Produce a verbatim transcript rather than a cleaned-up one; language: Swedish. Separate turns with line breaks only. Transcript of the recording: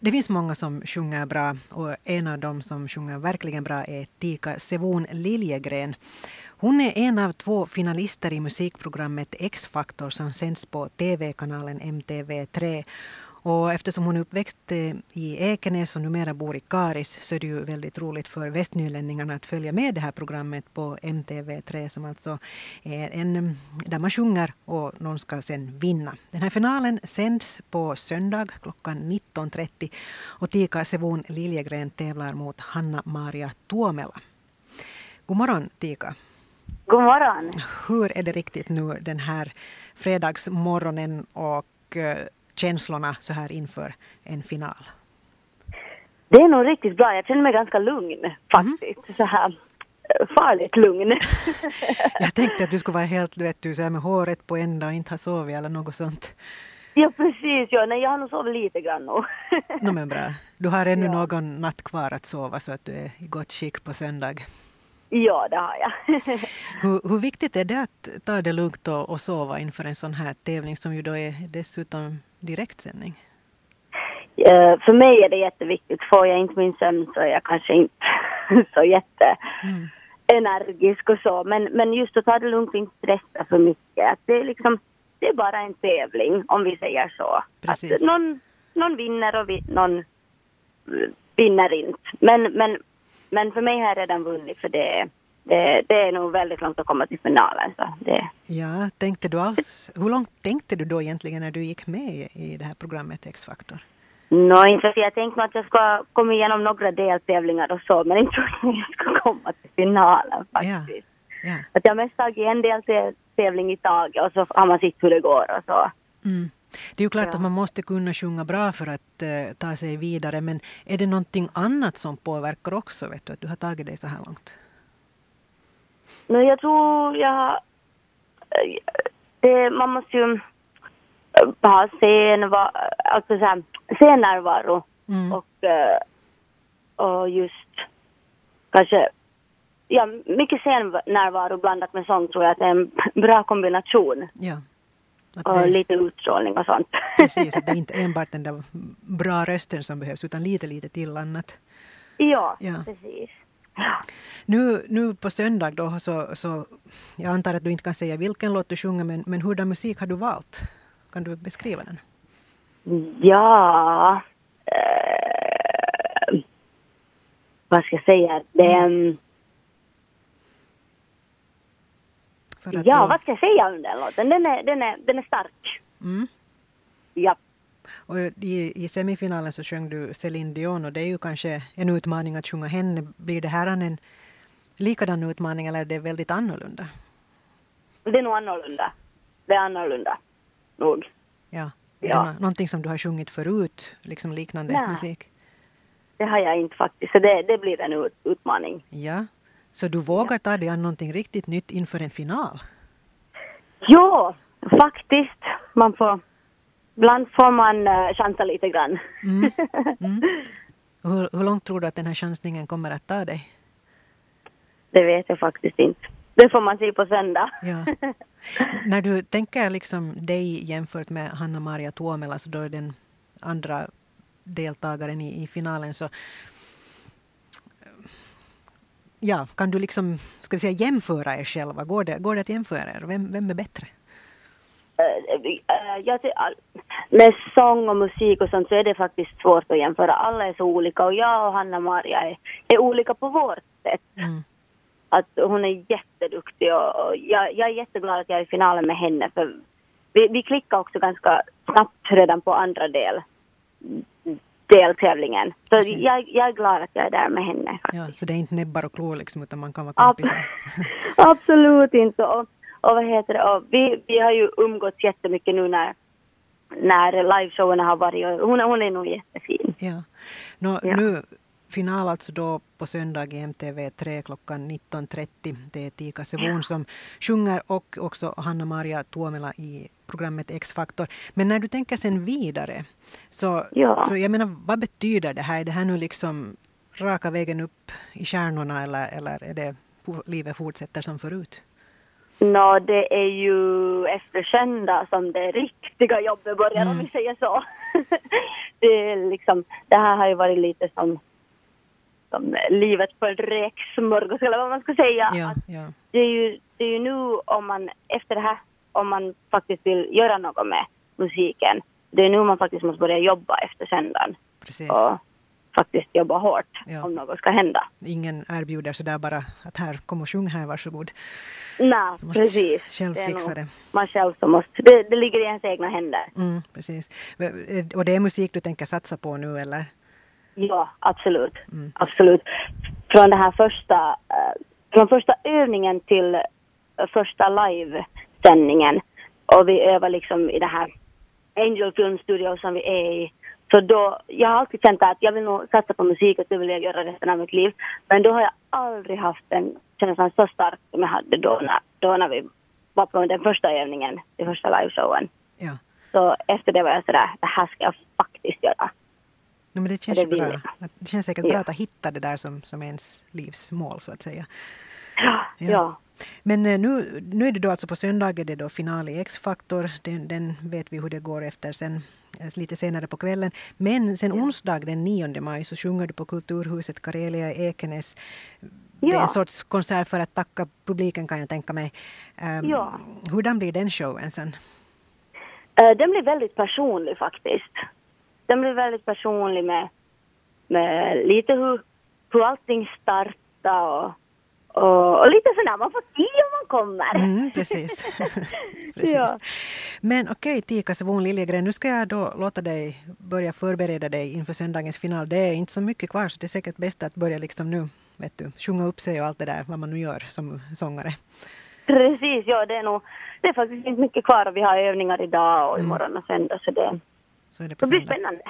Det finns många som sjunger bra och en av dem som sjunger verkligen bra är Tika Sevon Liljegren. Hon är en av två finalister i musikprogrammet X-Factor som sänds på tv-kanalen M T V tre. Och eftersom hon är uppväxt i Ekenäs och numera bor i Karis så är det ju väldigt roligt för västnylänningarna att följa med det här programmet på M T V tre som alltså är en där man sjunger och någon ska sen vinna. Den här finalen sänds på söndag klockan nitton trettio och Tika Sevon Liljegren tävlar mot Hanna-Maria Tuomela. God morgon Tika.
God morgon.
Hur är det riktigt nu den här fredagsmorgonen och känslorna så här inför en final?
Det är nog riktigt bra. Jag känner mig ganska lugn faktiskt. Mm. Så här farligt lugn.
Jag tänkte att du skulle vara helt, du vet, du så här med håret på ända och inte ha sovit eller något sånt.
Ja, precis. Ja. Nej, jag har nog sovit lite grann nu.
No, men bra. Du har ännu
ja.
någon natt kvar att sova så att du är i gott skick på söndag.
Ja, det har jag.
hur, hur viktigt är det att ta det lugnt och, och sova inför en sån här tävling som ju då är dessutom direktsändning?
Uh, för mig är det jätteviktigt. Får jag inte min sömn så är jag kanske inte så jätte mm. energisk och så. Men, men just att ta det lugnt och inte stressa för mycket. Att det, är liksom, det är bara en tävling om vi säger så.
Precis.
Att någon, någon vinner och vi, någon vinner inte. Men, men, men för mig har jag redan vunnit för det Det, det är nog väldigt långt att komma till finalen. Så det.
Ja, tänkte du alls, hur långt tänkte du då egentligen när du gick med i det här programmet X-Factor?
Nå, inte för jag tänkte att jag ska komma igenom några deltävlingar och så, men inte tror jag att jag ska komma till finalen faktiskt.
Ja, ja.
Att jag mest tagit en deltävling i taget och så har man sett hur det går och så.
Mm. Det är ju klart
ja.
att man måste kunna sjunga bra för att uh, ta sig vidare, men är det någonting annat som påverkar också, vet du, att du har tagit dig så här långt?
No, jag tror jag det, man måste ju ha scen, alltså så här, scennärvaro mm. och, och just kanske ja, mycket scennärvaro blandat med sång tror jag att det är en bra kombination.
Ja.
Och det... lite utstrålning och sånt.
Precis, att det är inte enbart den där bra rösten som behövs utan lite lite till annat.
Ja, ja. precis. Ja.
Nu, nu på söndag då så, så jag antar att du inte kan säga vilken låt du sjunger men, men hurdan musik har du valt? Kan du beskriva den?
Ja eh, vad ska jag säga? Det, mm. ja, då... vad ska jag säga om den låten? Den är, den är, den är stark.
Mm.
Ja.
Och i, i semifinalen så sjöng du Céline Dion och det är ju kanske en utmaning att sjunga henne. Blir det här en likadan utmaning eller är det väldigt annorlunda?
Det är nog annorlunda. Det är annorlunda. Nog.
Ja. Är ja. det någonting som du har sjungit förut? Liksom liknande
Nej.
musik?
Det har jag inte faktiskt. Så det, det blir en ut, utmaning.
Ja. Så du vågar ja. ta dig an någonting riktigt nytt inför en final?
Ja, faktiskt. Man får... Ibland får man uh, chansa lite grann.
Mm. Mm. Hur, hur långt tror du att den här chansningen kommer att ta dig?
Det vet jag faktiskt inte. Det får man se på söndag.
Ja. När du tänker liksom dig jämfört med Hanna-Maria Tuomela så då är den andra deltagaren i, i finalen så ja, kan du liksom ska vi säga jämföra er själva? Går det, går det att jämföra er? Vem, vem är bättre?
Jag, med sång och musik och sånt så är det faktiskt svårt att jämföra. Alla är så olika och jag och Hanna-Maria är, är olika på vårt sätt. Mm. Att hon är jätteduktig och, och jag, jag är jätteglad att jag är i finalen med henne för vi, vi klickar också ganska snabbt redan på andra del deltävlingen. Så jag, jag är glad att jag är där med henne faktiskt.
Ja, så det är inte näbbar och klor liksom utan man kan vara kompisar.
Absolut inte. Och, och vad heter det? Och vi, vi har ju umgått jättemycket nu när när liveshowerna har varit. Hon, hon är nog jättefin.
Ja. Nå,
ja.
Nu final alltså då på söndag i M T V tre klockan nitton trettio. Det är Tika Sevon ja. som sjunger och också Hanna-Maria Tuomela i programmet X-Factor. Men när du tänker sen vidare så,
ja.
så jag menar, vad betyder det här? Är det här nu liksom raka vägen upp i stjärnorna eller, eller är det livet fortsätter som förut?
Nå, no, det är ju efter söndag som det riktiga jobbet börjar, mm. om vi säger så. det är liksom, det här har ju varit lite som, som livet på en räksmörgås eller vad man ska säga.
Ja, ja.
Det, är ju, det är ju nu om man efter det här, om man faktiskt vill göra något med musiken, det är nu man faktiskt måste börja jobba efter söndagen.
Precis.
Och faktiskt jobba hårt
Ja.
om något ska hända.
Ingen erbjuder så där bara att här, kom och sjung här, varsågod.
Nej,
Du måste
precis.
själv
Det är
fixa
nog
det.
Man själv som måste, det, det ligger i ens egna händer.
Mm, precis. Och det är musik du tänker satsa på nu, eller?
Ja, absolut.
Mm.
Absolut. Från det här första, uh, från första övningen till uh, första live-sändningen. Och vi övar liksom i det här Angel Film Studio som vi är i. Så då, jag har alltid känt att jag vill nog satsa på musik och det vill jag göra resten av mitt liv. Men då har jag aldrig haft en känsla så stark som jag hade då när, då när vi var på den första övningen, den första liveshowen.
Ja.
Så efter det var jag sådär, det här ska jag faktiskt göra.
No, men det känns
det
ju bra.
vill
Det känns säkert
Ja.
bra att hitta det där som, som ens livsmål, så att säga.
Ja,
Ja.
ja.
Men eh, nu, nu är det då alltså på söndag, är det då final i X-Factor. Den, den vet vi hur det går efter sen, eh, lite senare på kvällen. Men sen onsdag den nionde maj så sjunger du på Kulturhuset Karelia i Ekenäs. Det är
Ja.
en sorts konsert för att tacka publiken, kan jag tänka mig. Um,
Ja.
Hurdan blir den showen sen?
Uh, den blir väldigt personlig faktiskt. Den blir väldigt personlig med, med lite hur, hur allting startar och, och, och lite sådär, man får se om man kommer.
Mm, precis. precis.
Ja.
Men okej, Tika Sevon Liljegren, nu ska jag då låta dig börja förbereda dig inför söndagens final. Det är inte så mycket kvar, så det är säkert bäst att börja liksom nu, vet du, sjunga upp sig och allt det där, vad man nu gör som sångare.
Precis, ja, det är nog, det är faktiskt inte mycket kvar och vi har övningar idag och imorgon och söndag, så det,
Så är det på
det blir
söndag.
spännande.